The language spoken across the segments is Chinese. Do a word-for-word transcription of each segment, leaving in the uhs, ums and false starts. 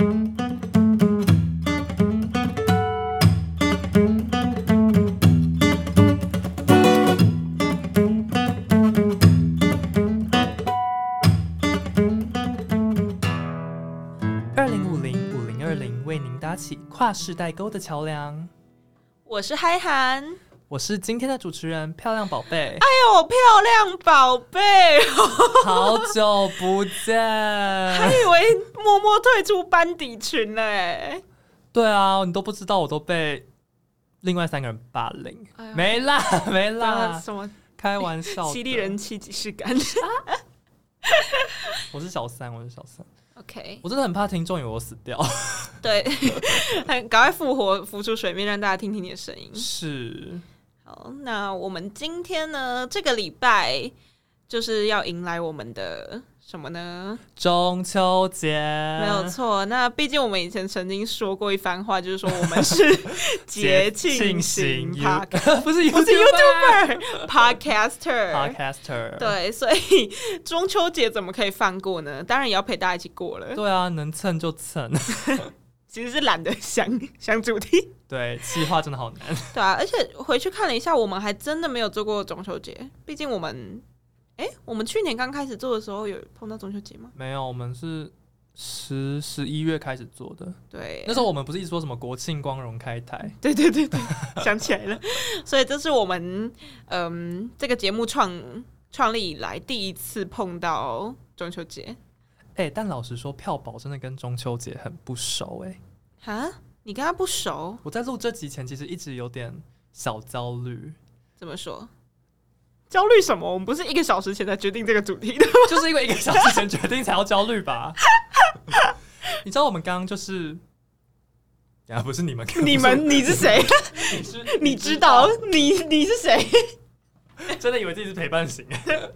二零五零五零二零为您搭起跨世代沟的桥梁。 我是嗨涵， 我是今天的主持人漂亮宝贝。 哎呦，漂亮宝贝， 好久不见， 还以为默默退出班底群了哎。 对啊，你都不知道，我都被另外三个人霸凌。哎、没啦，没啦， 什么开玩笑的， 犀利人妻即视感。 我是小三，我是小三。 OK， 我真的很怕听众以为我死掉。 对，赶快复活，浮出水面，让大家听听你的声音。 是。 好，那我们今天呢？这个礼拜就是要迎来我们的什么呢？ 中秋节， 没有错。那毕竟我们以前曾经说过一番话，就是说我们是节庆型 podcast， 不是 YouTuber， 不是 YouTuber podcaster，podcaster。对，所以中秋节怎么可以放过呢？当然也要陪大家一起过了。 对啊，能蹭就蹭。 其实是懒得想想主题， 对，企划真的好难。 对啊，而且回去看了一下，我们还真的没有做过中秋节。毕竟我们，哎、欸，我们去年刚开始做的时候，有碰到中秋节吗？ 没有，我们是十十一月开始做的。 对， 那时候我们不是一直说什么国庆光荣开台？ 对对对对，想起来了。所以这是我们嗯这个节目创创立以来第一次碰到中秋节。 哎、欸，但老实说，票宝真的跟中秋节很不熟哎、 欸。啊，你跟他不熟？ 我在录这集前其实一直有点小焦虑。 怎么说？焦虑什么？我们不是一个小时前才决定这个主题的吗？ 就是因为一个小时前决定才要焦虑吧？你知道我们刚刚就是啊，不是你们， 你们你是谁？ 你是你知道你你是谁？ 真的以为自己是陪伴型。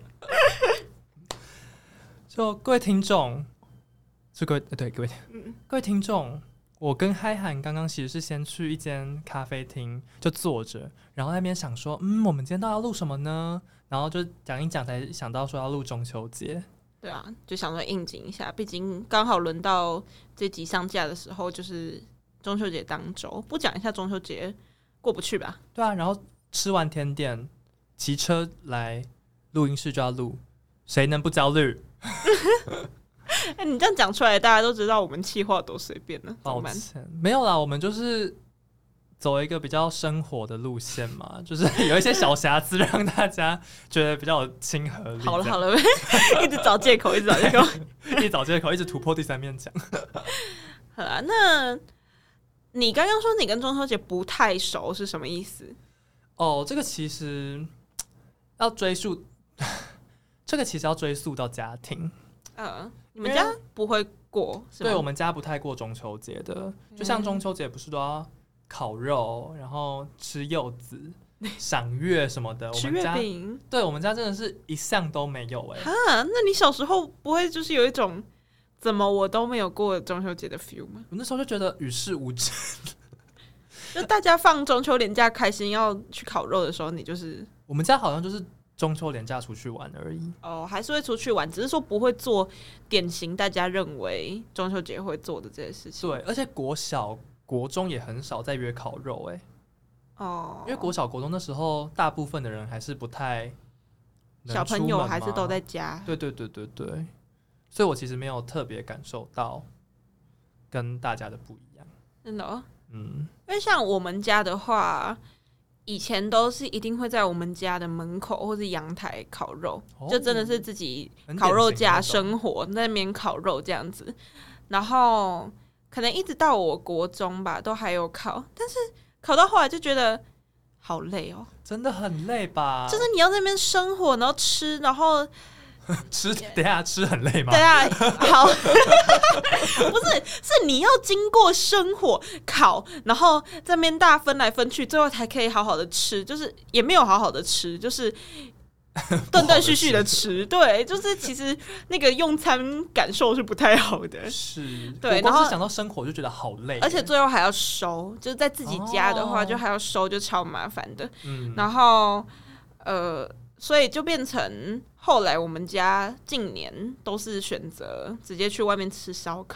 就各位听众，是各位对各位、嗯、各位听众，我跟嗨涵刚刚其实是先去一间咖啡厅就坐着，然后那边想说，嗯，我们今天到底要录什么呢？然后就讲一讲，才想到说要录中秋节。 对啊，就想说应景一下，毕竟刚好轮到这集上架的时候，就是中秋节当周，不讲一下中秋节过不去吧？ 对啊，然后吃完甜点，骑车来录音室就要录，谁能不焦虑？ 欸、你这样讲出来，大家都知道我们企划多随便了。 抱歉，没有啦，我们就是走一个比较生活的路线嘛，就是有一些小瑕疵，让大家觉得比较有亲和力。 好了好了，一直找借口，一直找借口， 一直找借口，一直突破第三面墙。 好啦，那你刚刚说你跟中秋节不太熟是什么意思？ 哦，这个其实要追溯。这个其实要追溯到家庭， 呃，你们家不会过是吗？ 对，我们家不太过中秋节的，就像中秋节不是都要烤肉，然后吃柚子、赏月什么的。 吃月饼， 对我们家真的是一项都没有哎、欸。 啊，那你小时候不会就是有一种怎么我都没有过中秋节的 feel 吗？ 我那时候就觉得与世无争。 就大家放中秋连假开心要去烤肉的时候，你就是我们家好像就是中秋连假出去玩而已。 哦，还是会出去玩，只是说不会做典型大家认为中秋节会做的这些事情。 对，而且国小、国中也很少在约烤肉哎、欸。 哦， 因为国小、国中那时候，大部分的人还是不太小朋友还是都在家。 对对对对对，所以我其实没有特别感受到跟大家的不一样。 真的、哦， 嗯， 因为像我们家的话。以前都是一定会在我们家的门口或是阳台烤肉、哦，就真的是自己烤肉架生活，在那边烤肉这样子。然后可能一直到我国中吧，都还有烤，但是烤到后来就觉得好累哦， 真的很累吧？ 就是你要在那边生火，然后吃，然后吃，等一下吃很累吗？ 对啊，好，不是，是你要经过生火烤，然后在那边大家分来分去，最后才可以好好的吃，就是也没有好好的吃，就是断断续续的吃，对，就是其实那个用餐感受是不太好的， 是， 对， 然后想到生火就觉得好累， 而且最后还要收，就是在自己家的话就还要收，就超麻烦的， 嗯， 然后呃，所以就变成。后来我们家近年都是选择直接去外面吃烧烤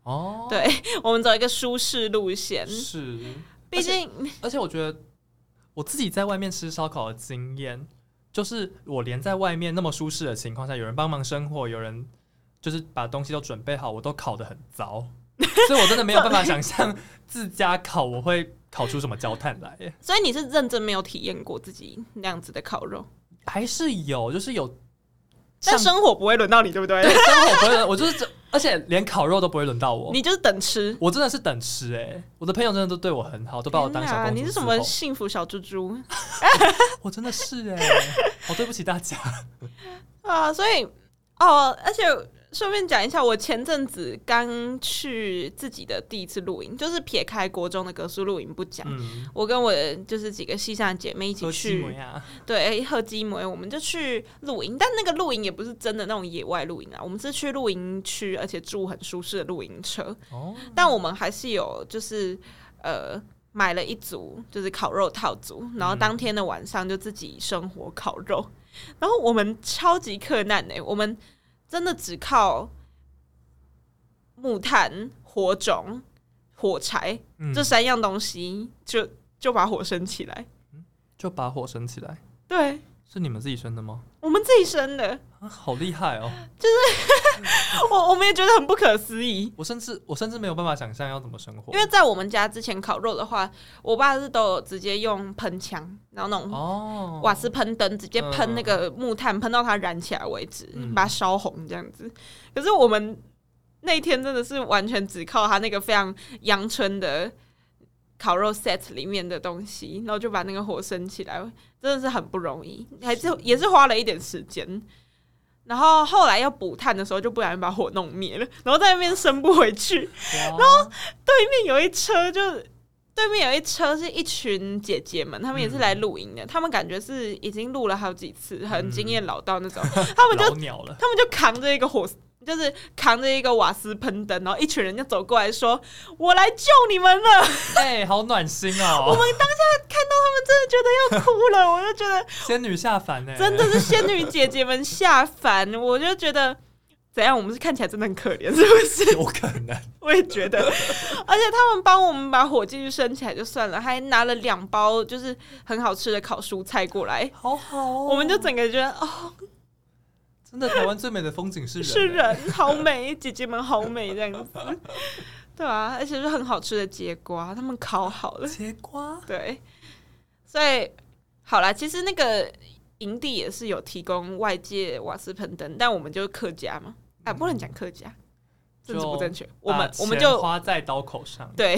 哦， 对，我们走一个舒适路线。 是， 毕竟而且，而且我觉得我自己在外面吃烧烤的经验，就是我连在外面那么舒适的情况下，有人帮忙生火，有人就是把东西都准备好，我都烤得很糟，所以我真的没有办法想象自家烤我会烤出什么焦炭来耶。 所以你是认真没有体验过自己那样子的烤肉？ 还是有，就是有。 但生活不会轮到你，对不对？ 对，生活不会轮，我就是，而且连烤肉都不会轮到我。 你就是等吃， 我真的是等吃哎、欸！我的朋友真的都对我很好，都把我当小公主。 你是什么幸福小猪猪？ 我真的是哎、欸，好对不起大家啊！所以哦，而且顺便讲一下，我前阵子刚去自己的第一次露营，就是撇开国中的格苏露营不讲、嗯，我跟我的就是几个系上的姐妹一起去， 啊、 对，喝鸡梅，我们就去露营，但那个露营也不是真的那种野外露营啊，我们是去露营区，而且住很舒适的露营车。哦，但我们还是有就是呃买了一组就是烤肉套组，然后当天的晚上就自己生火烤肉，嗯、然后我们超级克难哎、欸，我们。真的只靠木炭、火种、火柴、嗯、这三样东西就，就就把火生起来， 就把火生起来。 对， 是你们自己生的吗？ 我们自己生的， 啊、好厉害哦！ 就是我我们也觉得很不可思议。 我甚至我甚至没有办法想象要怎么生活， 因为在我们家之前烤肉的话，我爸是都有直接用喷枪，然后那种瓦斯喷灯直接喷那个木炭，喷到它燃起来为止，嗯、把它烧红这样子。可是我们那天真的是完全只靠他那个非常阳春的烤肉 set 里面的东西，然后就把那个火生起来，真的是很不容易，还是也是花了一点时间。然后后来要补炭的时候，就不小心把火弄灭了，然后在那边生不回去。然后对面有一车就，就对面有一车是一群姐姐们，她们也是来露营的，她、嗯、们感觉是已经录了好几次，很经验老道那种，她、嗯、们就她们就扛着一个火。就是扛着一个瓦斯喷灯，然后一群人就走过来说：“我来救你们了！” 哎、欸，好暖心哦！ 我们当下看到他们，真的觉得要哭了。我就觉得仙女下凡哎、欸， 真的是仙女姐姐们下凡。我就觉得怎样，我们是看起来真的很可怜，是不是？ 有可能， 我也觉得。而且他们帮我们把火继续升起来就算了，还拿了两包就是很好吃的烤蔬菜过来， 好好哦。 我们就整个觉得哦。 真的，台湾最美的风景是人、欸， 是人，好美，姐姐们好美，这样子，对啊，而且是很好吃的节瓜，他们烤好了， 节瓜， 对，所以好啦，其实那个营地也是有提供外界瓦斯喷灯，但我们就是客家嘛，啊，不能讲客家，政治不正确，我们我们就花在刀口上， 对，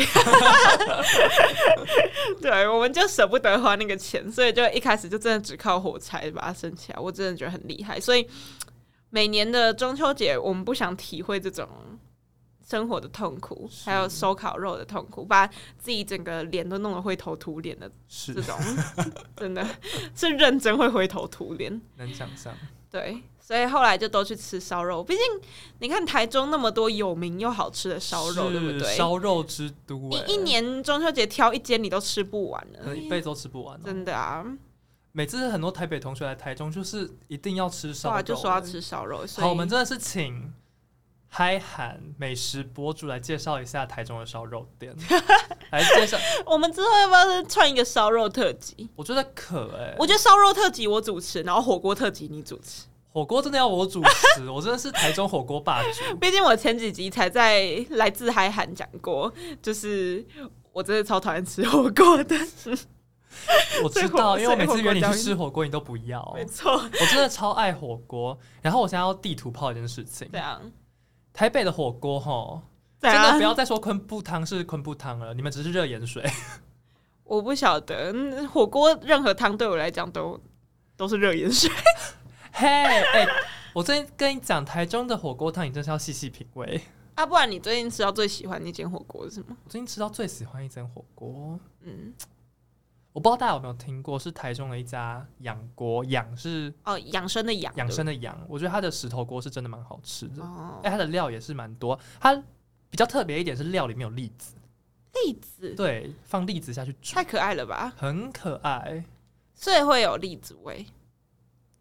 对，我们就舍不得花那个钱，所以就一开始就真的只靠火柴把它升起来，我真的觉得很厉害，所以。每年的中秋节，我们不想体会这种生活的痛苦，还有收烤肉的痛苦，把自己整个脸都弄得灰头土脸的这种，真的是认真会灰头土脸， 能想象。 对，所以后来就都去吃烧肉。毕竟你看台中那么多有名又好吃的烧肉，对不对？ 烧肉之都、欸， 你一年中秋节挑一间你都吃不完了， 一辈子都吃不完、哦， 真的啊。 每次很多台北同学来台中，就是一定要吃烧肉、欸， 就说要吃烧肉。 好，我们真的是请嗨韩美食博主来介绍一下台中的烧肉店，来介绍。 我们之后要不要串一个烧肉特辑？ 我觉得可哎、欸， 我觉得烧肉特辑我主持，然后火锅特辑你主持。 火锅真的要我主持，我真的是台中火锅霸主。 毕竟我前几集才在来自嗨韩讲过，就是我真的超讨厌吃火锅的。 我知道，因为我每次约你去吃火锅，你都不要。 没错， 我真的超爱火锅。然后我现在要地图炮一件事情。 这样， 台北的火锅吼，真的不要再说昆布汤是昆布汤了，你们只是热盐水。 我不晓得，火锅任何汤对我来讲都都是热盐水。 嘿，哎，我最近跟你讲，台中的火锅汤，你真是要细细品味。 啊，不然你最近吃到最喜欢的一间火锅是什么？ 我最近吃到最喜欢一间火锅，嗯。我不知道大家有没有听过，是台中的一家养锅，养是哦养生的养， 养生的养。我觉得它的石头锅是真的蛮好吃的，哦，它的料也是蛮多。它比较特别一点是料里面有栗子， 栗子对，放栗子下去煮， 太可爱了吧？ 很可爱， 所以会有栗子味，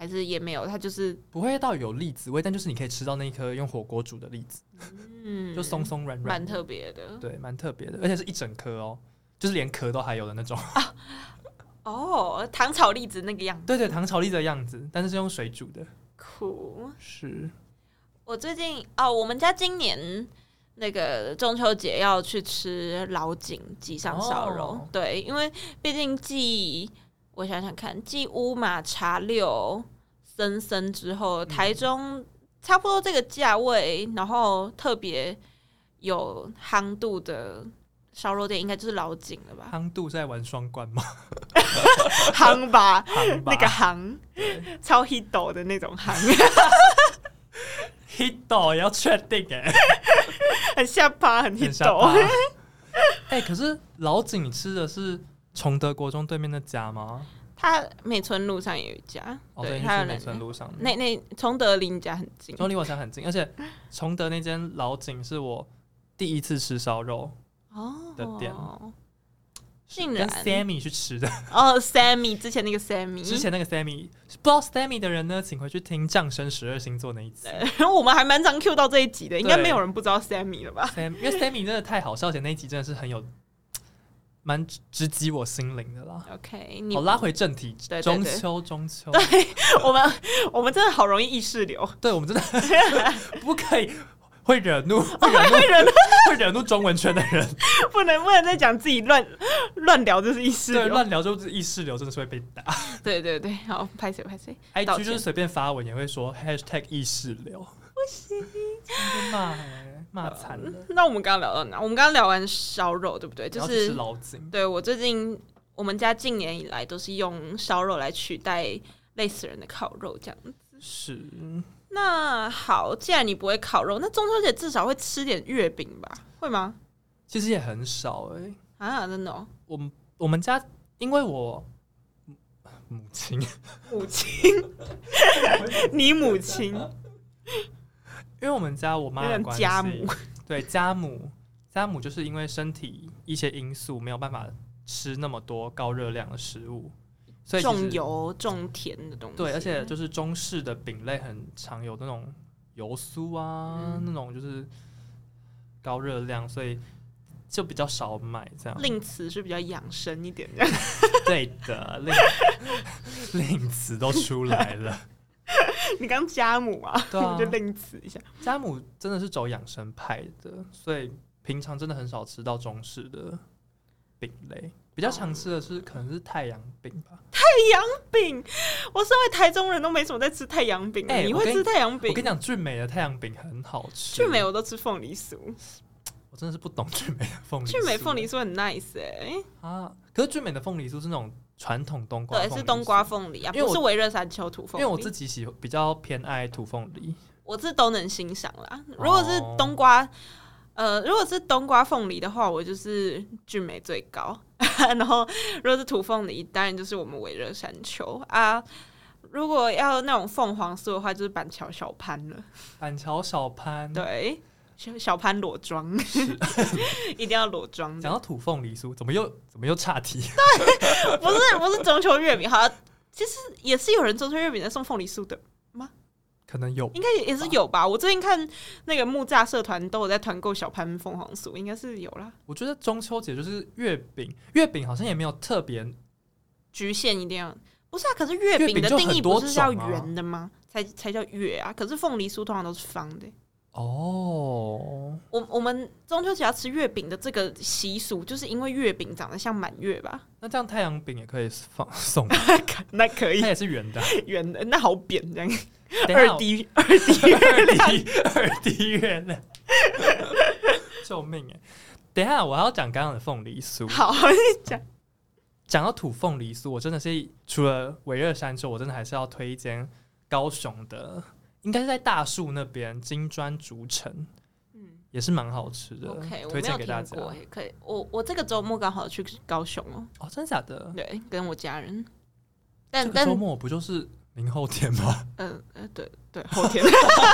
还是也没有？它就是不会到有栗子味，但就是你可以吃到那一颗用火锅煮的栗子，嗯，就松松软软， 蛮特别的， 对，蛮特别的，而且是一整颗哦，就是连壳都还有的那种。啊哦，糖炒栗子那个样子， 对对，糖炒栗子的样子，但是是用水煮的。 酷， 是。 我最近哦，我们家今年那个中秋节要去吃老井鸡上烧肉，哦、对，因为毕竟继我想想看，继乌马茶六森森之后，台中差不多这个价位，然后特别有夯度的。烧肉店应该就是老井了吧？ 夯度是在玩双关吗？ 夯吧， 夯吧， 那个夯，超 hito 的那种夯。 hito 也要确定哎， 很下巴，很 hito。 哎、欸，可是老井你吃的是崇德国中对面的家吗？ 他美村路上也有一家， 哦、对，他有美村路上那那崇德离你家很近， 崇德离我家很近，而且崇德那间老井是我第一次吃烧肉。的店， 竟然跟 Sammy 去吃的哦 ，Sammy 之前那个 Sammy， 之前那个 Sammy， 不知道 Sammy 的人呢，请回去听降生十二星座那一集。 我们还蛮常 Q 到这一集的，应该没有人不知道 Sammy 了吧 ？Sam， 因为 Sammy 真的太好笑，而且那一集真的是很有蛮直击我心灵的啦。 OK， 好，拉回正题，对对对中秋中秋， 对我们我们真的好容易意识流， 对我们真的不可以。会惹怒，会惹怒，会惹怒，会惹怒中文圈的人。 不能，不能再讲自己乱乱聊，就是意识流。 对，乱聊就是意识流，真的是会被打。 对对对，好，拍谁拍谁。 I G 就是随便发文也会说 hashtag 意识流， 不行， 真的骂骂惨了。 那我们刚刚聊到哪？我们刚刚聊完烧肉，对不对？就是吃老井。 对，我最近我们家近年以来都是用烧肉来取代累死人的烤肉，这样子。 是。 那好，既然你不会烤肉，那中秋节至少会吃点月饼吧？会吗？ 其实也很少哎、 欸。啊，真的、哦？ 我们我们家因为我母亲， 母亲，你母亲， 因为我们家我妈的关系， 家母， 对家母，家母就是因为身体一些因素没有办法吃那么多高热量的食物。所以重油重甜的东西， 对，而且就是中式的饼类很常有那种油酥啊、嗯，那种就是高热量，所以就比较少买这样。 令词是比较养生一点的， 对的，令令词都出来了。 你刚家母啊， 对啊， 就令词一下。 家母真的是走养生派的，所以平常真的很少吃到中式的饼类。比较常吃的是可能是太阳饼吧。 太阳饼，我身为台中人都没什么在吃太阳饼、欸。你会吃太阳饼？ 我跟你讲，俊美的太阳饼很好吃。 俊美我都吃凤梨酥， 我真的是不懂俊美的凤梨酥。 俊美凤梨酥很 nice 哎、欸、 啊！可是俊美的凤梨酥是那种传统冬瓜凤梨酥， 对，是冬瓜凤梨啊，不是微热山丘土凤梨。 因为我自己喜比较偏爱土凤梨， 我是都能欣赏啦。如果是冬瓜。哦呃，如果是冬瓜凤梨的话，我就是俊美最高。然后，如果是土凤梨，当然就是我们微热山丘啊。如果要那种凤凰酥的话，就是板桥小潘了。 板桥小潘， 对，小潘裸妆，一定要裸妆。 讲到土凤梨酥，怎么又怎么又岔题？ 对，不是不是中秋月饼，好像其实也是有人中秋月饼在送凤梨酥的吗？ 可能有， 应该也是有吧。我最近看那个木栅社团都有在团购小潘凤凰酥，应该是有啦。 我觉得中秋节就是月饼，月饼好像也没有特别局限一定要，不是啊？可是月饼的定义不是要圆的吗？才才叫月啊。可是凤梨酥通常都是方的、欸。哦，我我们中秋节要吃月饼的这个习俗，就是因为月饼长得像满月吧？ 那这样太阳饼也可以放送， 那可以， 它也是圆的、啊， 圆的，那好扁这样。二 D 二 D 月亮， 二 D 月亮，救命哎！等一下，我要讲刚刚的凤梨酥。 好，你讲。 讲到土凤梨酥，我真的是除了微热山丘，我真的还是要推一间高雄的。应该是在大树那边金砖竹城，嗯，也是蛮好吃的。 OK， 推荐给大家。 可以，我我这个周末刚好去高雄哦。 哦，真的假的？ 对，跟我家人。但这个周末不就是明后天吗？ 嗯呃，对对，后天。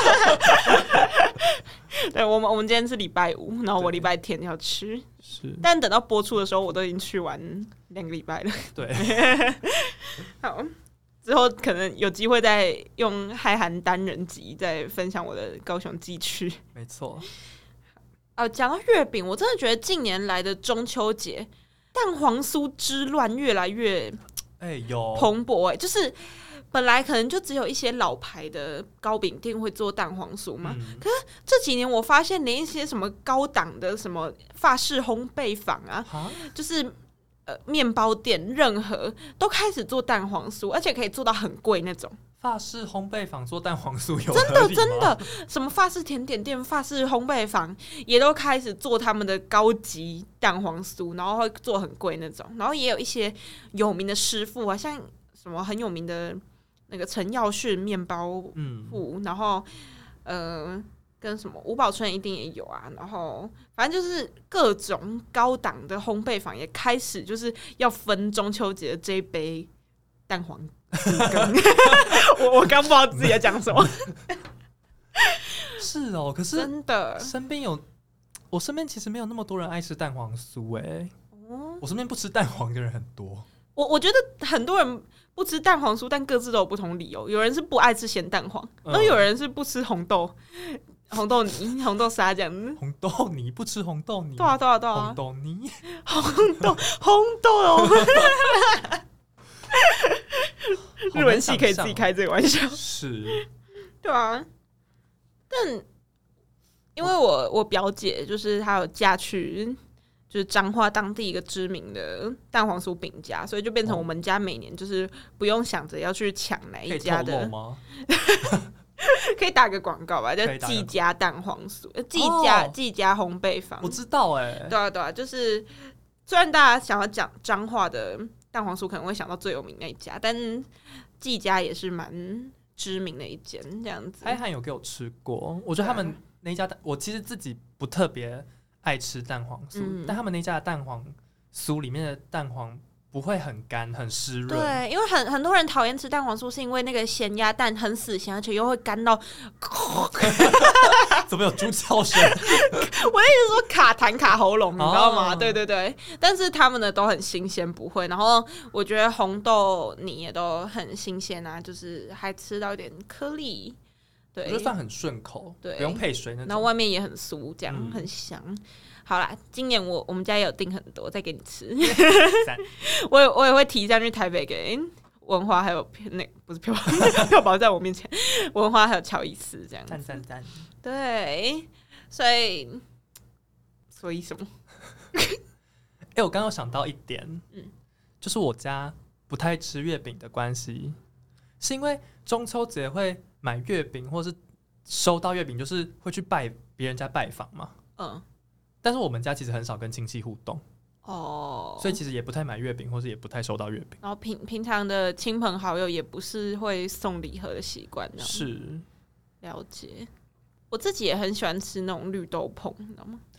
对，我们我们今天是礼拜五，然后我礼拜天要吃。 是。 但等到播出的时候，我都已经去完两个礼拜了。 对。 好。 之后可能有机会再用嗨韩单人集再分享我的高雄寄趣。 没错。 啊，讲到月饼，我真的觉得近年来的中秋节蛋黄酥之乱越来越哎有蓬勃哎、欸，就是本来可能就只有一些老牌的糕饼店会做蛋黄酥嘛、嗯，可是这几年我发现连一些什么高档的什么法式烘焙坊啊，就是呃面包店，任何都开始做蛋黄酥，而且可以做到很贵那种。 法式烘焙坊做蛋黄酥有真的真的，什么法式甜点店、法式烘焙坊也都开始做他们的高级蛋黄酥，然后会做很贵那种。然后也有一些有名的师傅啊，像什么很有名的那个陈耀迅面包铺、嗯，然后呃跟什么吴宝春一定也有啊。然后反正就是各种高档的烘焙坊也开始就是要分中秋节的这一杯蛋黄。我我刚不知道自己在讲什么。 是哦，可是真的身边有我身边其实没有那么多人爱吃蛋黄酥哎、欸哦，我身边不吃蛋黄的人很多。 我我觉得很多人不吃蛋黄酥，但各自都有不同理由。有人是不爱吃咸蛋黄，然后有人是不吃红豆、红豆泥、红豆沙这样子。 红豆泥不吃红豆泥？ 对啊对啊对啊， 红豆泥， 红豆红豆哦。日文系可以自己开这个玩笑， 是， 对啊。但因为我我表姐就是她有嫁去就是彰化当地一个知名的蛋黄酥饼家，所以就变成我们家每年就是不用想着要去抢哪一家的。可以透露吗？可以打个广告吧，叫季家蛋黄酥，季家季家烘焙坊。 我知道哎、欸， 对啊对啊，就是虽然大家想要讲彰化的蛋黄酥可能会想到最有名那一家，但季家也是蛮知名的一间这样子。 嗨涵有给我吃过，我觉得他们那一家，我其实自己不特别爱吃蛋黄酥、嗯，但他们那家的蛋黄酥里面的蛋黄不会很干很湿润。 对，因为很很多人讨厌吃蛋黄酥，是因为那个咸鸭蛋很死咸，而且又会干到。 怎么有猪叫声？ 我的意思是说卡痰卡喉咙，你知道吗？哦、对对对，但是他们的都很新鲜，不会。然后我觉得红豆泥也都很新鲜啊，就是还吃到一点颗粒。对， 我觉得算很顺口，对，不用配水那种。 然后外面也很酥，这样、嗯、很香。好啦，今年我我们家也有订很多，再给你吃。我也我也会提上去台北给文华还有那不是票票宝在我面前，文华还有乔伊斯这样子。 赞赞赞！ 对，所以所以什么？ 哎、欸，我刚刚想到一点，嗯，就是我家不太吃月饼的关系，是因为中秋节会买月饼，或是收到月饼，就是会去拜别人家拜访嘛。嗯。但是我们家其实很少跟亲戚互动哦，所以其实也不太买月饼，或是也不太收到月饼。 然后平平常的亲朋好友也不是会送礼盒的习惯， 是了解。我自己也很喜欢吃那种绿豆椪，你知道吗？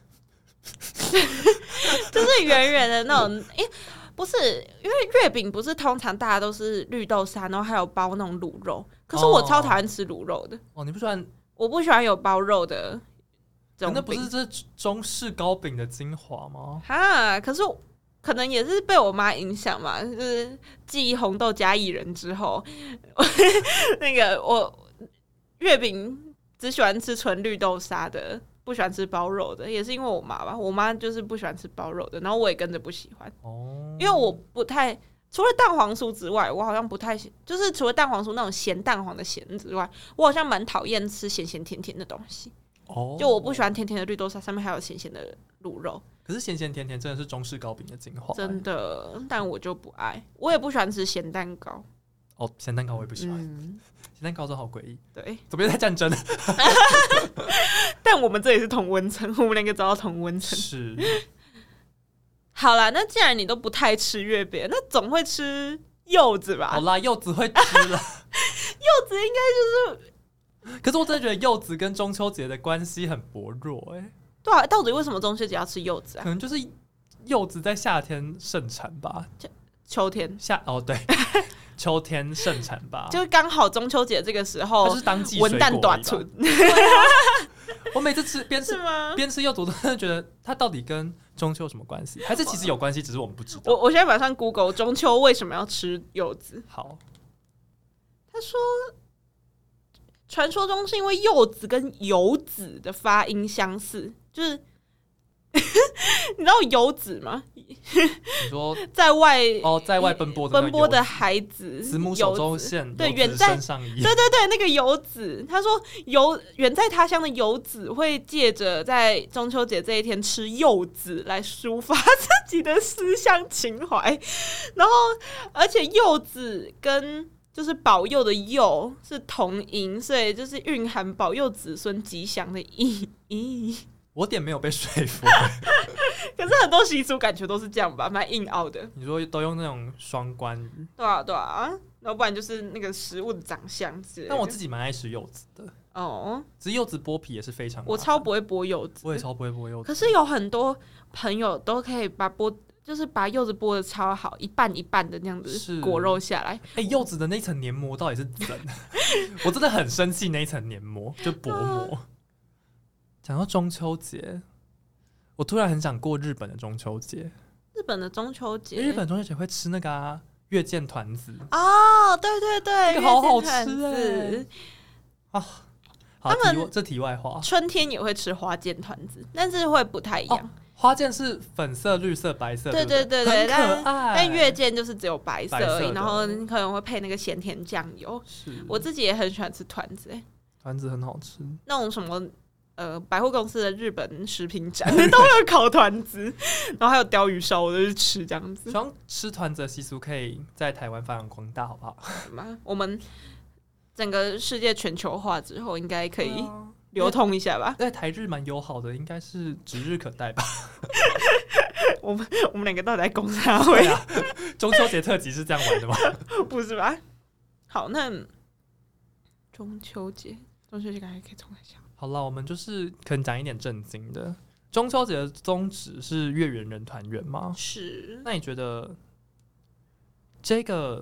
就是圆圆的那种，哎、欸，不是，因为月饼不是通常大家都是绿豆沙，然后还有包那种卤肉，可是我超讨厌吃卤肉的。 哦，你不喜欢？ 我不喜欢有包肉的。 那不是这中式糕饼的精华吗？ 哈，可是可能也是被我妈影响嘛，就是继红豆加薏仁之后，那个我月饼只喜欢吃纯绿豆沙的，不喜欢吃包肉的，也是因为我妈吧，我妈就是不喜欢吃包肉的，然后我也跟着不喜欢。哦，因为我不太除了蛋黄酥之外，我好像不太就是除了蛋黄酥那种咸蛋黄的咸之外，我好像蛮讨厌吃咸咸甜甜的东西。Oh, 就我不喜欢甜甜的绿豆沙，上面还有咸咸的卤肉。 可是咸咸甜甜真的是中式糕饼的精华， 真的。但我就不爱，我也不喜欢吃咸蛋糕。 哦，咸蛋糕我也不喜欢，嗯、咸蛋糕都好诡异。 对， 怎么又在战争？ 但我们这里是同温层，我们两个找到同温层。 是。 好啦，那既然你都不太吃月饼，那总会吃柚子吧？ 好啦，柚子会吃了。 柚子应该就是。 可是我真的觉得柚子跟中秋节的关系很薄弱哎、欸。 对啊，到底为什么中秋节要吃柚子啊？ 可能就是柚子在夏天盛产吧。 秋天夏哦对，秋天盛产吧。 就刚好中秋节这个时候， 就是当季水果文旦短存。 我每次吃边吃边吃柚子，我都真的觉得它到底跟中秋有什么关系？还是其实有关系，只是我们不知道。 我我现在马上 Google 中秋为什么要吃柚子。 好。 他说，传说中是因为柚子跟游子的发音相似，就是你知道游子吗？ 你说在外哦，在外奔波的奔波的孩子， 子母手中线， 对，远在身上衣， 对对对，那个游子，他说游远在他乡的游子会借着在中秋节这一天吃柚子来抒发自己的思乡情怀，然后而且柚子跟就是保佑的佑是同音，所以就是蕴含保佑子孙吉祥的意义。 我点没有被说服可是很多习俗感觉都是这样吧，蛮硬凹的。 你说都用那种双关语， 对啊对啊，要不然就是那个食物的长相之类的。 但我自己蛮爱吃柚子的哦，只是柚子剥皮也是非常麻烦， 我超不会剥柚子， 我也超不会剥柚子。 可是有很多朋友都可以把剥，就是把柚子剥的超好，一半一半的那样子果肉下来。 哎、欸，柚子的那层黏膜到底是怎？我真的很生气那一层黏膜，就薄膜。讲到中秋节，我突然很想过日本的中秋节。 日本的中秋节， 日本中秋节会吃那个啊月见团子哦，对对对， 那个好好吃哎、欸！啊，好，他们这题外话， 春天也会吃花见团子，但是会不太一样。哦， 花见是粉色、绿色、白色， 对对对对， 很可爱。 但, 但月见就是只有白色而已，然后可能会配那个咸甜酱油。 是， 我自己也很喜欢吃团子、欸， 团子很好吃。 那种什么呃百货公司的日本食品展都有烤团子，然后还有鲷鱼烧，我都是吃这样子。 希望吃团子的习俗可以在台湾发扬光大，好不好？ 我们整个世界全球化之后，应该可以流通一下吧？ 对，台日蛮友好的，应该是指日可待吧。 我们我们两个到底在攻啥会啊？中秋节特辑是这样玩的吗？ 不是吧？好，那中秋节，中秋节感觉可以冲一下。 好了，我们就是可能讲一点正经的。中秋节的宗旨是月圆人团圆吗？ 是。 那你觉得这个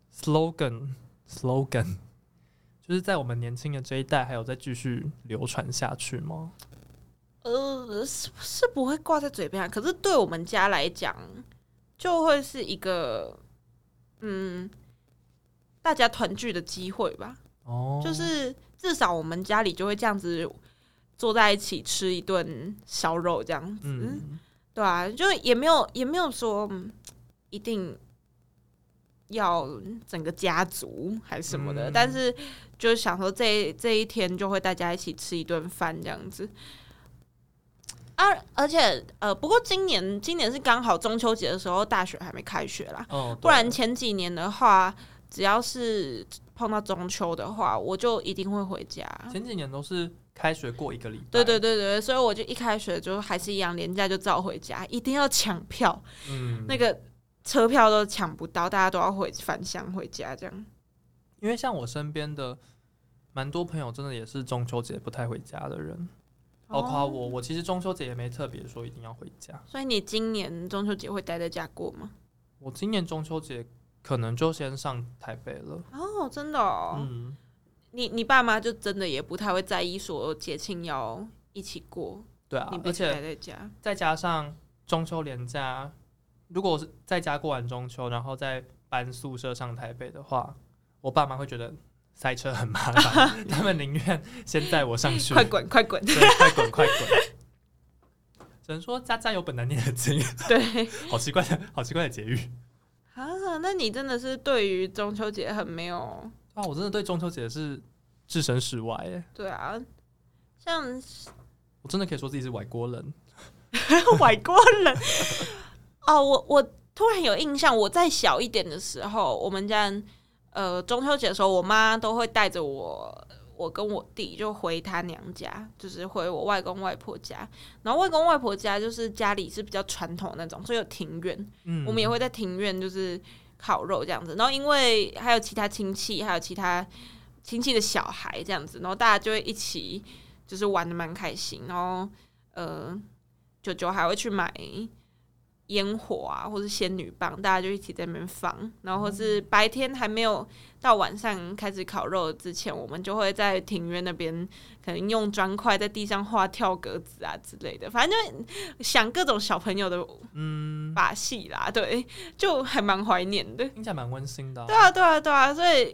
slogan slogan 就是在我们年轻的这一代还有再继续流传下去吗？ 呃，是是不会挂在嘴边，可是对我们家来讲，就会是一个嗯，大家团聚的机会吧。哦，就是至少我们家里就会这样子坐在一起吃一顿烧肉这样子，嗯、对啊，就也没有也没有说、嗯、一定要整个家族还是什么的，嗯、但是就是想说这这一天就会大家一起吃一顿饭这样子。啊，而且呃，不过今年今年是刚好中秋节的时候，大学还没开学啦。哦，不然前几年的话，只要是碰到中秋的话，我就一定会回家。 前几年都是开学过一个礼拜， 对对对对，所以我就一开学就还是一样，连假就照回家，一定要抢票。嗯，那个车票都抢不到，大家都要回返乡回家这样。 因为像我身边的蛮多朋友，真的也是中秋节不太回家的人。包括我，我其实中秋节也没特别说一定要回家。 所以你今年中秋节会待在家过吗？ 我今年中秋节可能就先上台北了。 哦，真的哦。嗯，你你爸妈就真的也不太会在意说节庆要一起过。 对啊， 你必须待在家。 再加上中秋连假，如果我是在家过完中秋，然后再搬宿舍上台北的话，我爸妈会觉得塞车很麻烦，他们宁愿先载我上去。 快滚，快滚！ 对，快滚，快滚！只能说家家有本难念的经。 对， 好奇怪的，好奇怪的结语啊！那你真的是对于中秋节很没有啊？我真的对中秋节是置身事外耶。 对啊，像我真的可以说自己是外国人。 外国人哦，我我突然有印象，我在小一点的时候，我们家。呃，中秋节的时候，我妈都会带着我，我跟我弟就回她娘家，就是回我外公外婆家。然后外公外婆家就是家里是比较传统的那种，所以有庭院，嗯，我们也会在庭院就是烤肉这样子。然后因为还有其他亲戚，还有其他亲戚的小孩这样子，然后大家就会一起就是玩得蛮开心。然后呃，舅舅还会去买烟火啊，或是仙女棒，大家就一起在那边放，然后或是白天还没有到晚上开始烤肉之前，我们就会在庭院那边可能用砖块在地上画跳格子啊之类的，反正就想各种小朋友的嗯把戏啦，对，就还蛮怀念的， 听起来蛮温馨的、啊。 对啊，对啊，对啊，所以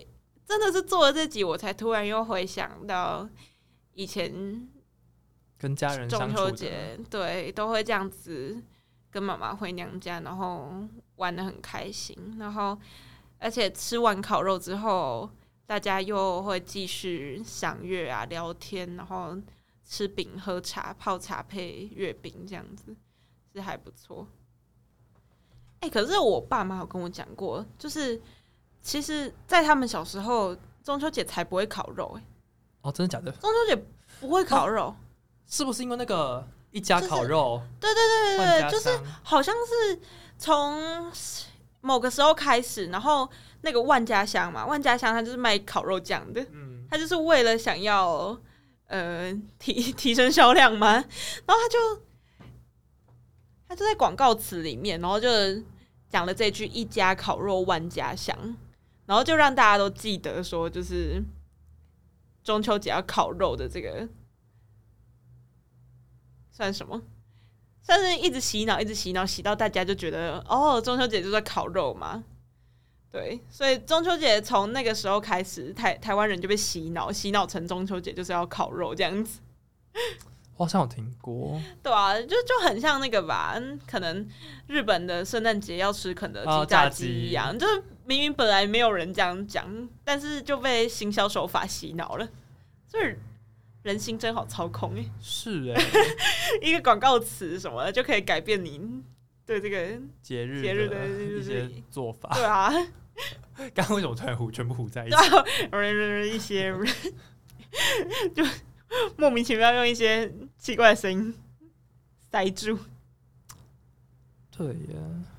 真的是做了这集，我才突然又回想到以前跟家人相处的中秋节，对，都会这样子跟妈妈回娘家，然后玩得很开心，然后而且吃完烤肉之后，大家又会继续赏月啊、聊天，然后吃饼、喝茶、泡茶配月饼，这样子是还不错。哎、欸，可是我爸妈有跟我讲过，就是其实，在他们小时候，中秋节才不会烤肉、欸。哎， 哦，真的假的？ 中秋节不会烤肉，哦、 是不是因为那个一家烤肉？ 就是、对对对对对，就是好像是从某个时候开始，然后那个万家香嘛，万家香它就是卖烤肉酱的，嗯，它就是为了想要呃提提升销量嘛，然后他就。他就在广告词里面，然后就讲了这句“一家烤肉万家香”，然后就让大家都记得说，就是中秋节要烤肉的这个算什么？算是一直洗脑，一直洗脑，洗到大家就觉得哦，中秋节就是在烤肉嘛。对，所以中秋节从那个时候开始，台台湾人就被洗脑，洗脑成中秋节就是要烤肉这样子。 我好像有听过， 对啊，就就很像那个吧，可能日本的圣诞节要吃肯德基炸鸡一样，哦、就是明明本来没有人这样讲，但是就被行销手法洗脑了，所以人心真好操控哎， 是哎， 一个广告词什么的就可以改变你对这个节日节日的一些做法， 对啊， 刚刚为什么突然糊全部糊在一起？ 一些就。莫名其妙用一些奇怪的声音塞住。 对耶，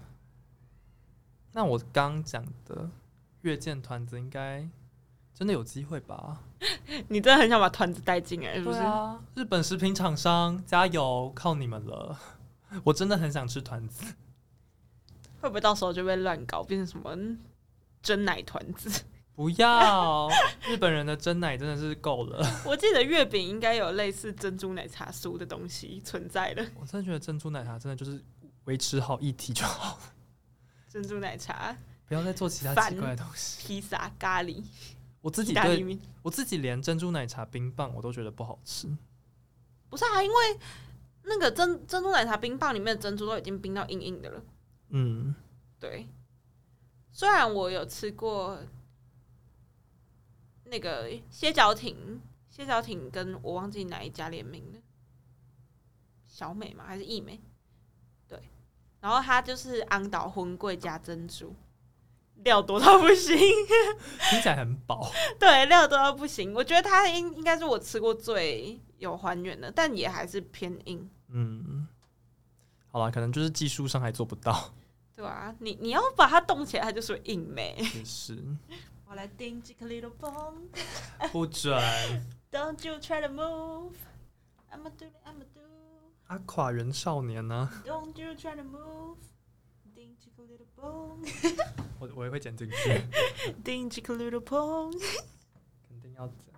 那我刚讲的月见团子应该真的有机会吧？ 你真的很想把团子带进来，是不是？ 对啊，日本食品厂商加油，靠你们了！我真的很想吃团子。 会不会到时候就被乱搞，变成什么真奶团子？ 不要，日本人的真奶真的是够了。 我记得月饼应该有类似珍珠奶茶酥的东西存在的。 我真的觉得珍珠奶茶真的就是维持好一体就好了。 珍珠奶茶， 不要再做其他奇怪的东西。 披萨、咖喱， 我自己对，我自己连珍珠奶茶冰棒我都觉得不好吃。 不是啊，因为那个珍珍珠奶茶冰棒里面的珍珠都已经冰到硬硬的了。嗯，对。虽然我有吃过。那个歇脚亭，歇脚亭跟我忘记哪一家联名的，小美吗？还是益美？对，然后它就是昂岛荤桂加珍珠，料多到不行， 听起来很饱。 对，料多到不行。我觉得它应应该是我吃过最有还原的，但也还是偏硬。嗯， 好啦，可能就是技术上还做不到。 对啊，你你要把它冻起来，它就是会硬美。 也是。 我来叮几个 little bomb， 不准 ！Don't you try to move， I'ma do it, I'ma do。 阿垮原少年呢、啊、 ？Don't you try to move， 叮几个 little bomb。 我我也会剪进去。 叮几个 little bomb， 肯定要剪。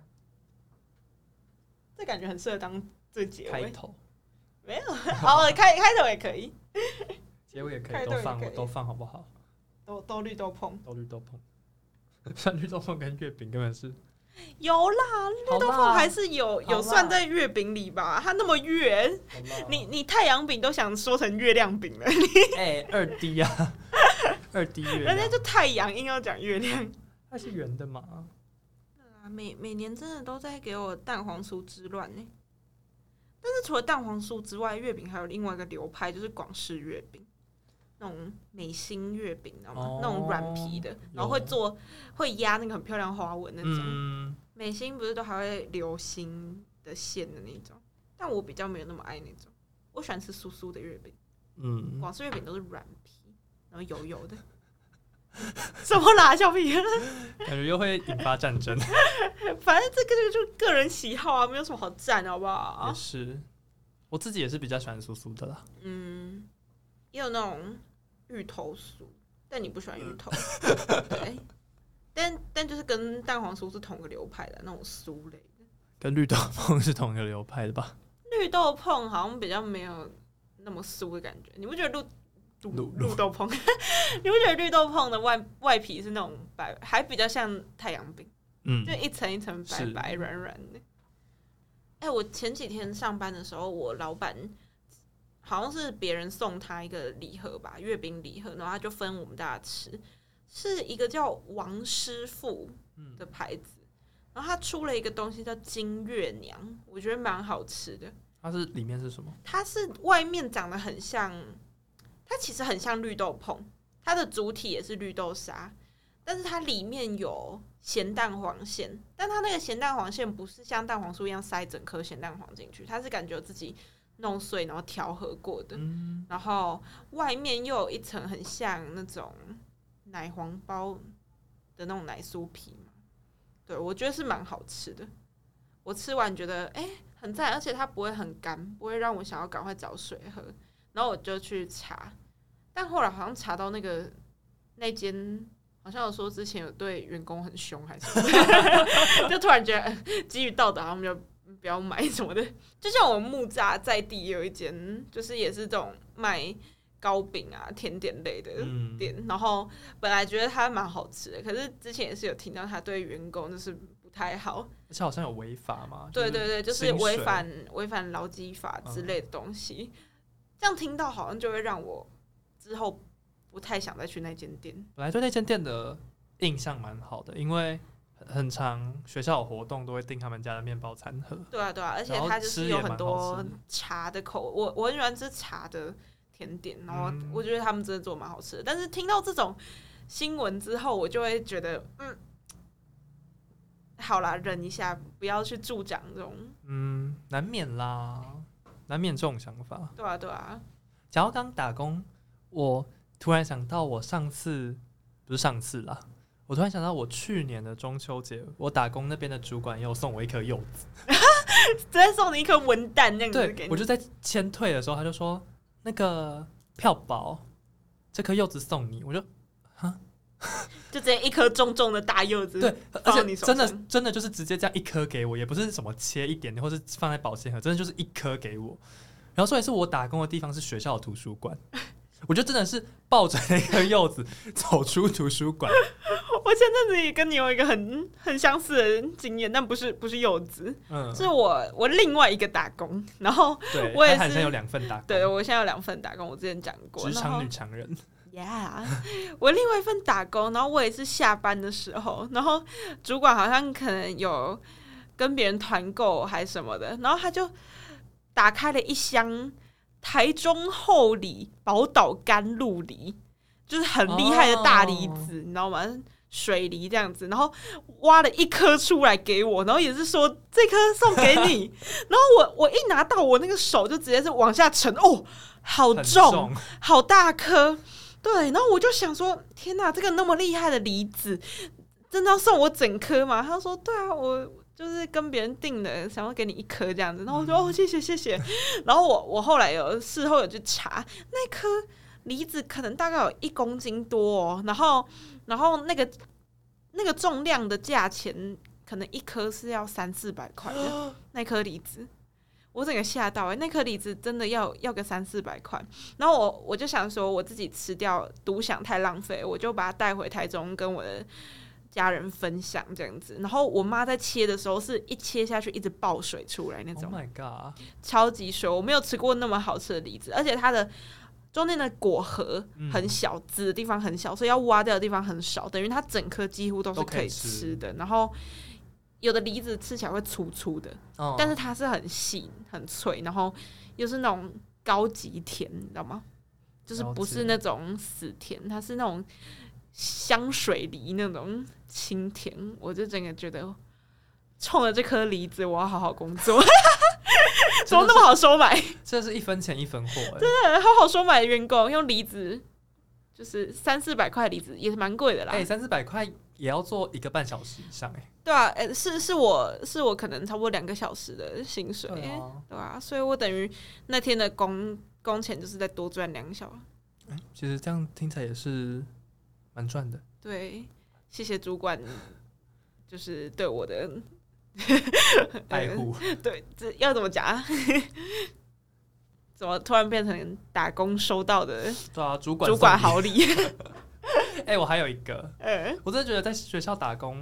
这感觉很适合当最结尾。 开头没有，好，开开头也可以， 结尾也可以，都放我都放好不好？ 都都绿豆椪， 都绿豆椪。算绿豆椪跟月饼根本是有啦，绿豆椪还是有有算在月饼里吧？它那么月，你你太阳饼都想说成月亮饼了，你哎、欸、二 D 啊，二 D 月亮， 人家就太阳硬要讲月亮， 它是圆的嘛？ 对啊，每每年真的都在给我蛋黄酥之乱呢。但是除了蛋黄酥之外，月饼还有另外一个流派，就是广式月饼。那种美心月饼，知道吗？哦、那种软皮的，然后会做会压那个很漂亮花纹那种。嗯、美心不是都还会流心的馅的那种，但我比较没有那么爱那种，我喜欢吃酥酥的月饼。嗯，广式月饼都是软皮，然后油油的。什么啦，小皮？ 感觉又会引发战争。 反正这个就个人喜好啊，没有什么好赞，好不好？ 也是，我自己也是比较喜欢酥酥的啦。 嗯，也有那种。芋头酥，但你不喜欢芋头，对，但但就是跟蛋黄酥是同个流派的那种酥类的， 跟绿豆椪是同个流派的吧？ 绿豆椪好像比较没有那么酥的感觉，你不觉得绿绿绿豆椪？你不觉得绿豆椪的外外皮是那种白，还比较像太阳饼？ 嗯，就一层一层白白软软的。哎、欸，我前几天上班的时候，我老板好像是别人送他一个礼盒吧，月饼礼盒，然后他就分我们大家吃，是一个叫王师傅的牌子，嗯、然后他出了一个东西叫金月娘，我觉得蛮好吃的。 它是里面是什么？ 它是外面长得很像，它其实很像绿豆椪，它的主体也是绿豆沙，但是它里面有咸蛋黄馅，但它那个咸蛋黄馅不是像蛋黄酥一样塞整颗咸蛋黄进去，它是感觉自己弄碎然后调和过的，嗯、然后外面又有一层很像那种奶黄包的那种奶酥皮嘛，对，我觉得是蛮好吃的。我吃完觉得哎、欸、很赞，而且它不会很干，不会让我想要赶快找水喝。然后我就去查，但后来好像查到那个那间好像有说之前有对员工很凶还是什么，就突然觉得基于道德，好像就不要买什么的。就像我们木栅在地也有一间，就是也是这种卖糕饼啊甜点类的店，嗯、然后本来觉得它蛮好吃的，可是之前也是有听到他对员工就是不太好， 而且好像有违法嘛。 对对对，就是违反违反劳基法之类的东西。嗯、这样听到好像就会让我之后不太想再去那间店。 本来对那间店的印象蛮好的，因为很常学校有活动都会订他们家的面包餐盒。 对啊对啊，而且它就是有很多茶的口味，我我很喜欢吃茶的甜点，然后我觉得他们真的做蛮好吃的。但是听到这种新闻之后，我就会觉得，嗯，好啦，忍一下，不要去助长这种， 嗯，难免啦，难免这种想法。 对啊，对啊。 讲到刚打工，我突然想到，我上次不是上次啦，我突然想到，我去年的中秋节，我打工那边的主管又送我一颗柚子， 直接送你一颗文旦那样子给你。 对，我就在签退的时候，他就说。那个票宝，这颗柚子送你，我就，哈， 就直接一颗重重的大柚子， 对，而且真的真的就是直接这样一颗给我，也不是什么切一点点，或是放在保鲜盒，真的就是一颗给我。然后所以是我打工的地方是学校的图书馆，我就真的是抱着那颗柚子走出图书馆。 我前阵子也跟你有一个很很相似的经验，但不是不是柚子，嗯，是我我另外一个打工，然后我也是现在有两份打工， 对我现在有两份打工，我之前讲过， 职场女强人 ，Yeah， 我另外一份打工，然后我也是下班的时候，然后主管好像可能有跟别人团购还是什么的，然后他就打开了一箱台中后里宝岛甘露梨，就是很厉害的大梨子，哦、你知道吗？水梨这样子，然后挖了一颗出来给我，然后也是说这颗送给你，然后我我一拿到我那个手就直接是往下沉，哦，好重，重好大颗，对，然后我就想说，天哪，这个那么厉害的梨子，真的要送我整颗吗？他说，对啊，我就是跟别人订的，想要给你一颗这样子，然后我说、嗯、哦，谢谢谢谢，然后我我后来有事后有去查那颗梨子可能大概有一公斤多哦，然后然后那个那个重量的价钱可能一颗是要三四百块的那颗梨子，我整个吓到哎、欸，那颗梨子真的要要个三四百块，然后我我就想说我自己吃掉独享太浪费，我就把它带回台中跟我的家人分享这样子，然后我妈在切的时候是一切下去一直爆水出来那种 ，Oh my god， 超级水，我没有吃过那么好吃的梨子，而且它的中间的果核很小，籽、嗯、的地方很小，所以要挖掉的地方很少，等于它整颗几乎都是可以吃的。然后有的梨子吃起来会粗粗的，哦、但是它是很细很脆，然后又是那种高级甜，你知道吗？就是不是那种死甜，它是那种香水梨那种清甜。我就整个觉得，冲着这颗梨子，我要好好工作。怎么那么好收买？ 这是一分钱一分货、欸， 真的好好收买的员工用梨子，就是三四百块梨子也是蛮贵的啦。 哎、欸，三四百块也要做一个半小时以上哎、欸。 对啊，哎、欸，是是我是我可能差不多两个小时的薪水，对 啊, 对啊，所以我等于那天的工工钱就是再多赚两个小时、 欸。其实这样听起来也是蛮赚的。 对，谢谢主管，就是对我的。 爱护、 呃、对，这要怎么讲？怎么突然变成打工收到的？ 对啊，主管主管好礼。 哎、欸，我还有一个，欸、我真的觉得在学校打工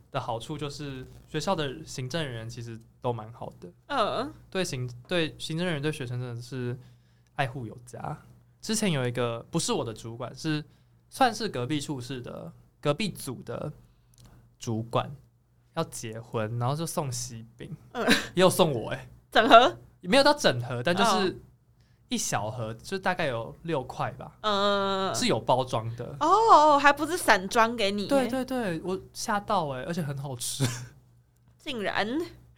的好处就是学校的行政人员其实都蛮好的， 嗯， 对行对行政人员对学生真的是爱护有加。之前有一个不是我的主管，是算是隔壁处室的隔壁组的主管要结婚，然后就送喜饼，嗯，也有送我哎、欸， 整盒没有到整盒，但就是一小盒，就大概有六块吧，嗯，是有包装的哦，还不是散装给你， 对对对，我吓到哎、欸，而且很好吃， 竟然，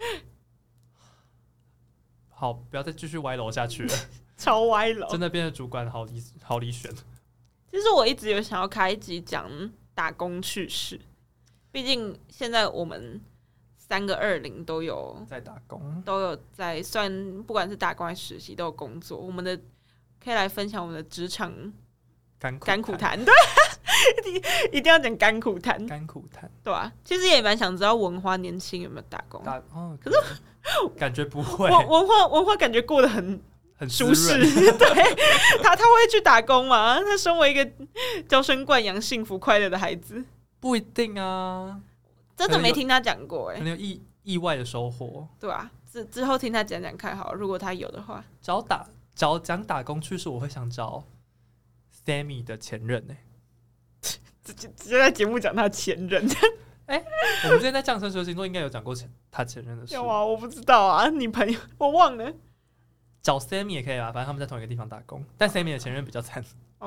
好，不要再继续歪楼下去了， 超歪楼， 真的变成主管好离好离选。 其实我一直有想要开一集讲打工趣事，毕竟现在我们三个二零都有在打工， 都有在算，不管是打工还是实习都有工作。我们的可以来分享我们的职场甘苦甘苦谈，对，一定要讲甘苦谈， 甘苦谈， 对啊。其实也蛮想知道文化年轻有没有打工， 打哦， 可是感觉不会。 文化文化感觉过得很很舒适，对他他会去打工吗？他身为一个娇生惯养、幸福快乐的孩子， 不一定啊。 真的没听他讲过哎、欸， 可能有意意外的收获，对啊，之之后听他讲讲看好，如果他有的话。 找打找讲打工趣事，我会想找 Sammy 的前任呢、 欸，直接直接在节目讲他前任。 哎、欸，我们之前在降生蛇星座应该有讲过前他前任的事。 有啊，我不知道啊，你朋友我忘了。 找 Sammy 也可以啊，反正他们在同一个地方打工，但 Sammy 的前任比较惨。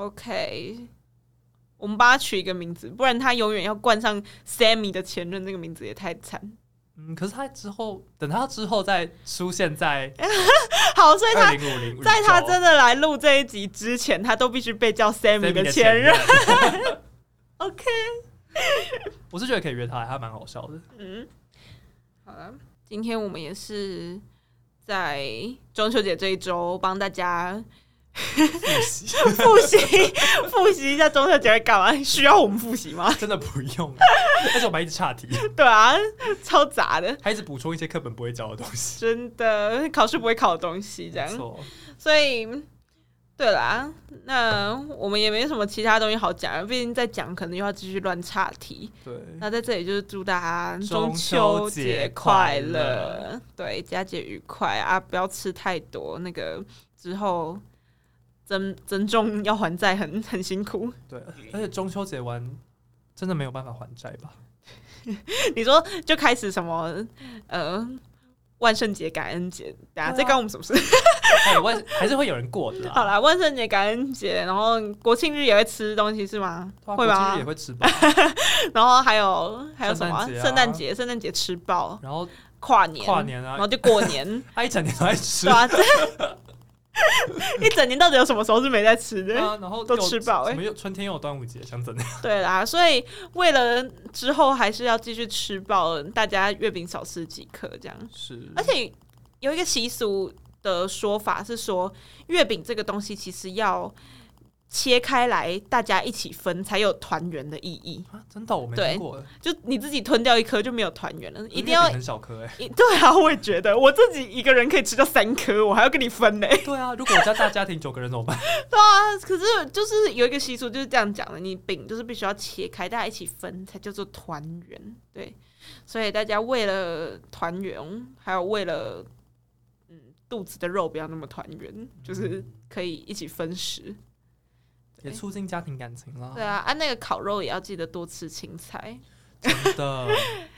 OK。我们帮他取一个名字，不然他永远要冠上 Sammy 的前任，那个名字也太惨。 嗯，可是他之后，等他之后再出现在好，所以他二零五零在他真的来录这一集之前，他都必须被叫 Sammy 的前任。OK， 我是觉得可以约他，他蛮好笑的。 嗯，好了，今天我们也是在中秋节这一周帮大家。 复习复习复习一下中秋节会干嘛？需要我们复习吗？ 真的不用，而且我们一直岔题。 对啊，超杂的， 还一直补充一些课本不会教的东西。 真的，考试不会考的东西，这样。所以，对啦，那我们也没什么其他东西好讲，毕竟再讲可能又要继续乱岔题。 对， 那在这里就是祝大家中秋节快乐，对，佳节愉快啊！不要吃太多，那个之后。增增重要还债很很辛苦， 对，而且中秋节完真的没有办法还债吧？ 你说就开始什么呃万圣节、感恩节，等下这关我们什么事？ 哎，万还是会有人过的。 好啦，万圣节、感恩节，然后国庆日也会吃东西是吗？ 啊、 会吧？ 国庆日也会吃饱。 然后还有还有什么？圣诞节、圣诞节吃爆， 然后跨年、 跨年啊， 然后就过年， 他一整年都在吃。 对啊。一整年到底有什么时候是没在吃的？ 啊、然后都吃饱哎、欸！ 什么春天又有端午节，想怎样？ 对啦，所以为了之后还是要继续吃饱，大家月饼少吃几颗这样。 是， 而且有一个习俗的说法是说，月饼这个东西其实要切开来，大家一起分才有团圆的意义啊！真的，我没听过。 就你自己吞掉一颗就没有团圆了，一定要很小颗哎、 欸。对啊，我也觉得，我自己一个人可以吃掉三颗，我还要跟你分呢、欸。 对啊，如果我家大家庭九个人怎么办？ 对啊，可是就是有一个习俗就是这样讲的，你饼就是必须要切开，大家一起分才叫做团圆。对，所以大家为了团圆，还有为了嗯肚子的肉不要那么团圆，就是可以一起分食。 也促进家庭感情啦。 对啊，啊，那个烤肉也要记得多吃青菜。 真的，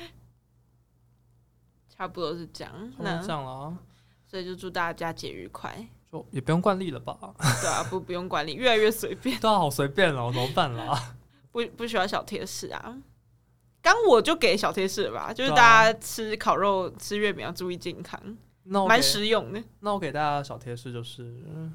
差不多是这样。 那这样了， 所以就祝大家节愉快。 就也不用惯例了吧？ 对啊，不不用管理，越来越随便。 对啊，好随便了，怎么办啦？ 不不需要小贴士啊。刚我就给小贴士了吧，就是大家吃烤肉、吃月饼要注意健康，蛮实用的。 那我给大家的小贴士就是。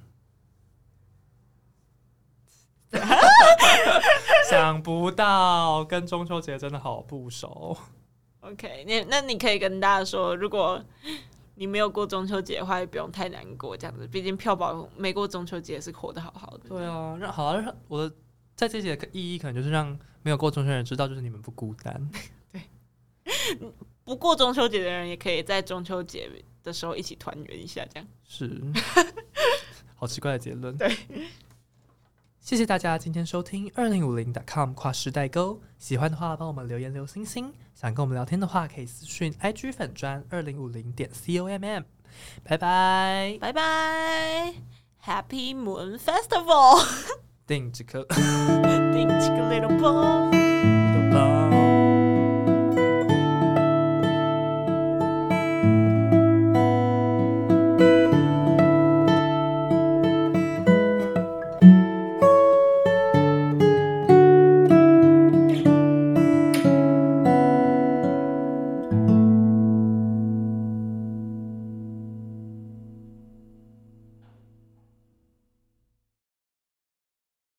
想不到跟中秋节真的好不熟。 OK， 你那你可以跟大家说，如果你没有过中秋节的话，也不用太难过，这样子。毕竟票宝没过中秋节是活得好好的。 对啊，让好让我的在这节的意义可能就是让没有过中秋的人知道，就是你们不孤单。 对，不过中秋节的人也可以在中秋节的时候一起团圆一下，这样。 是，好奇怪的结论。 对。 谢谢大家今天收听二零五零 .com 跨世代沟，喜欢的话帮我们留言留星星，想跟我们聊天的话可以私讯 I G 粉专二零五零点 com。拜拜拜拜 ，Happy Moon Festival， 定这个定这个 little ball。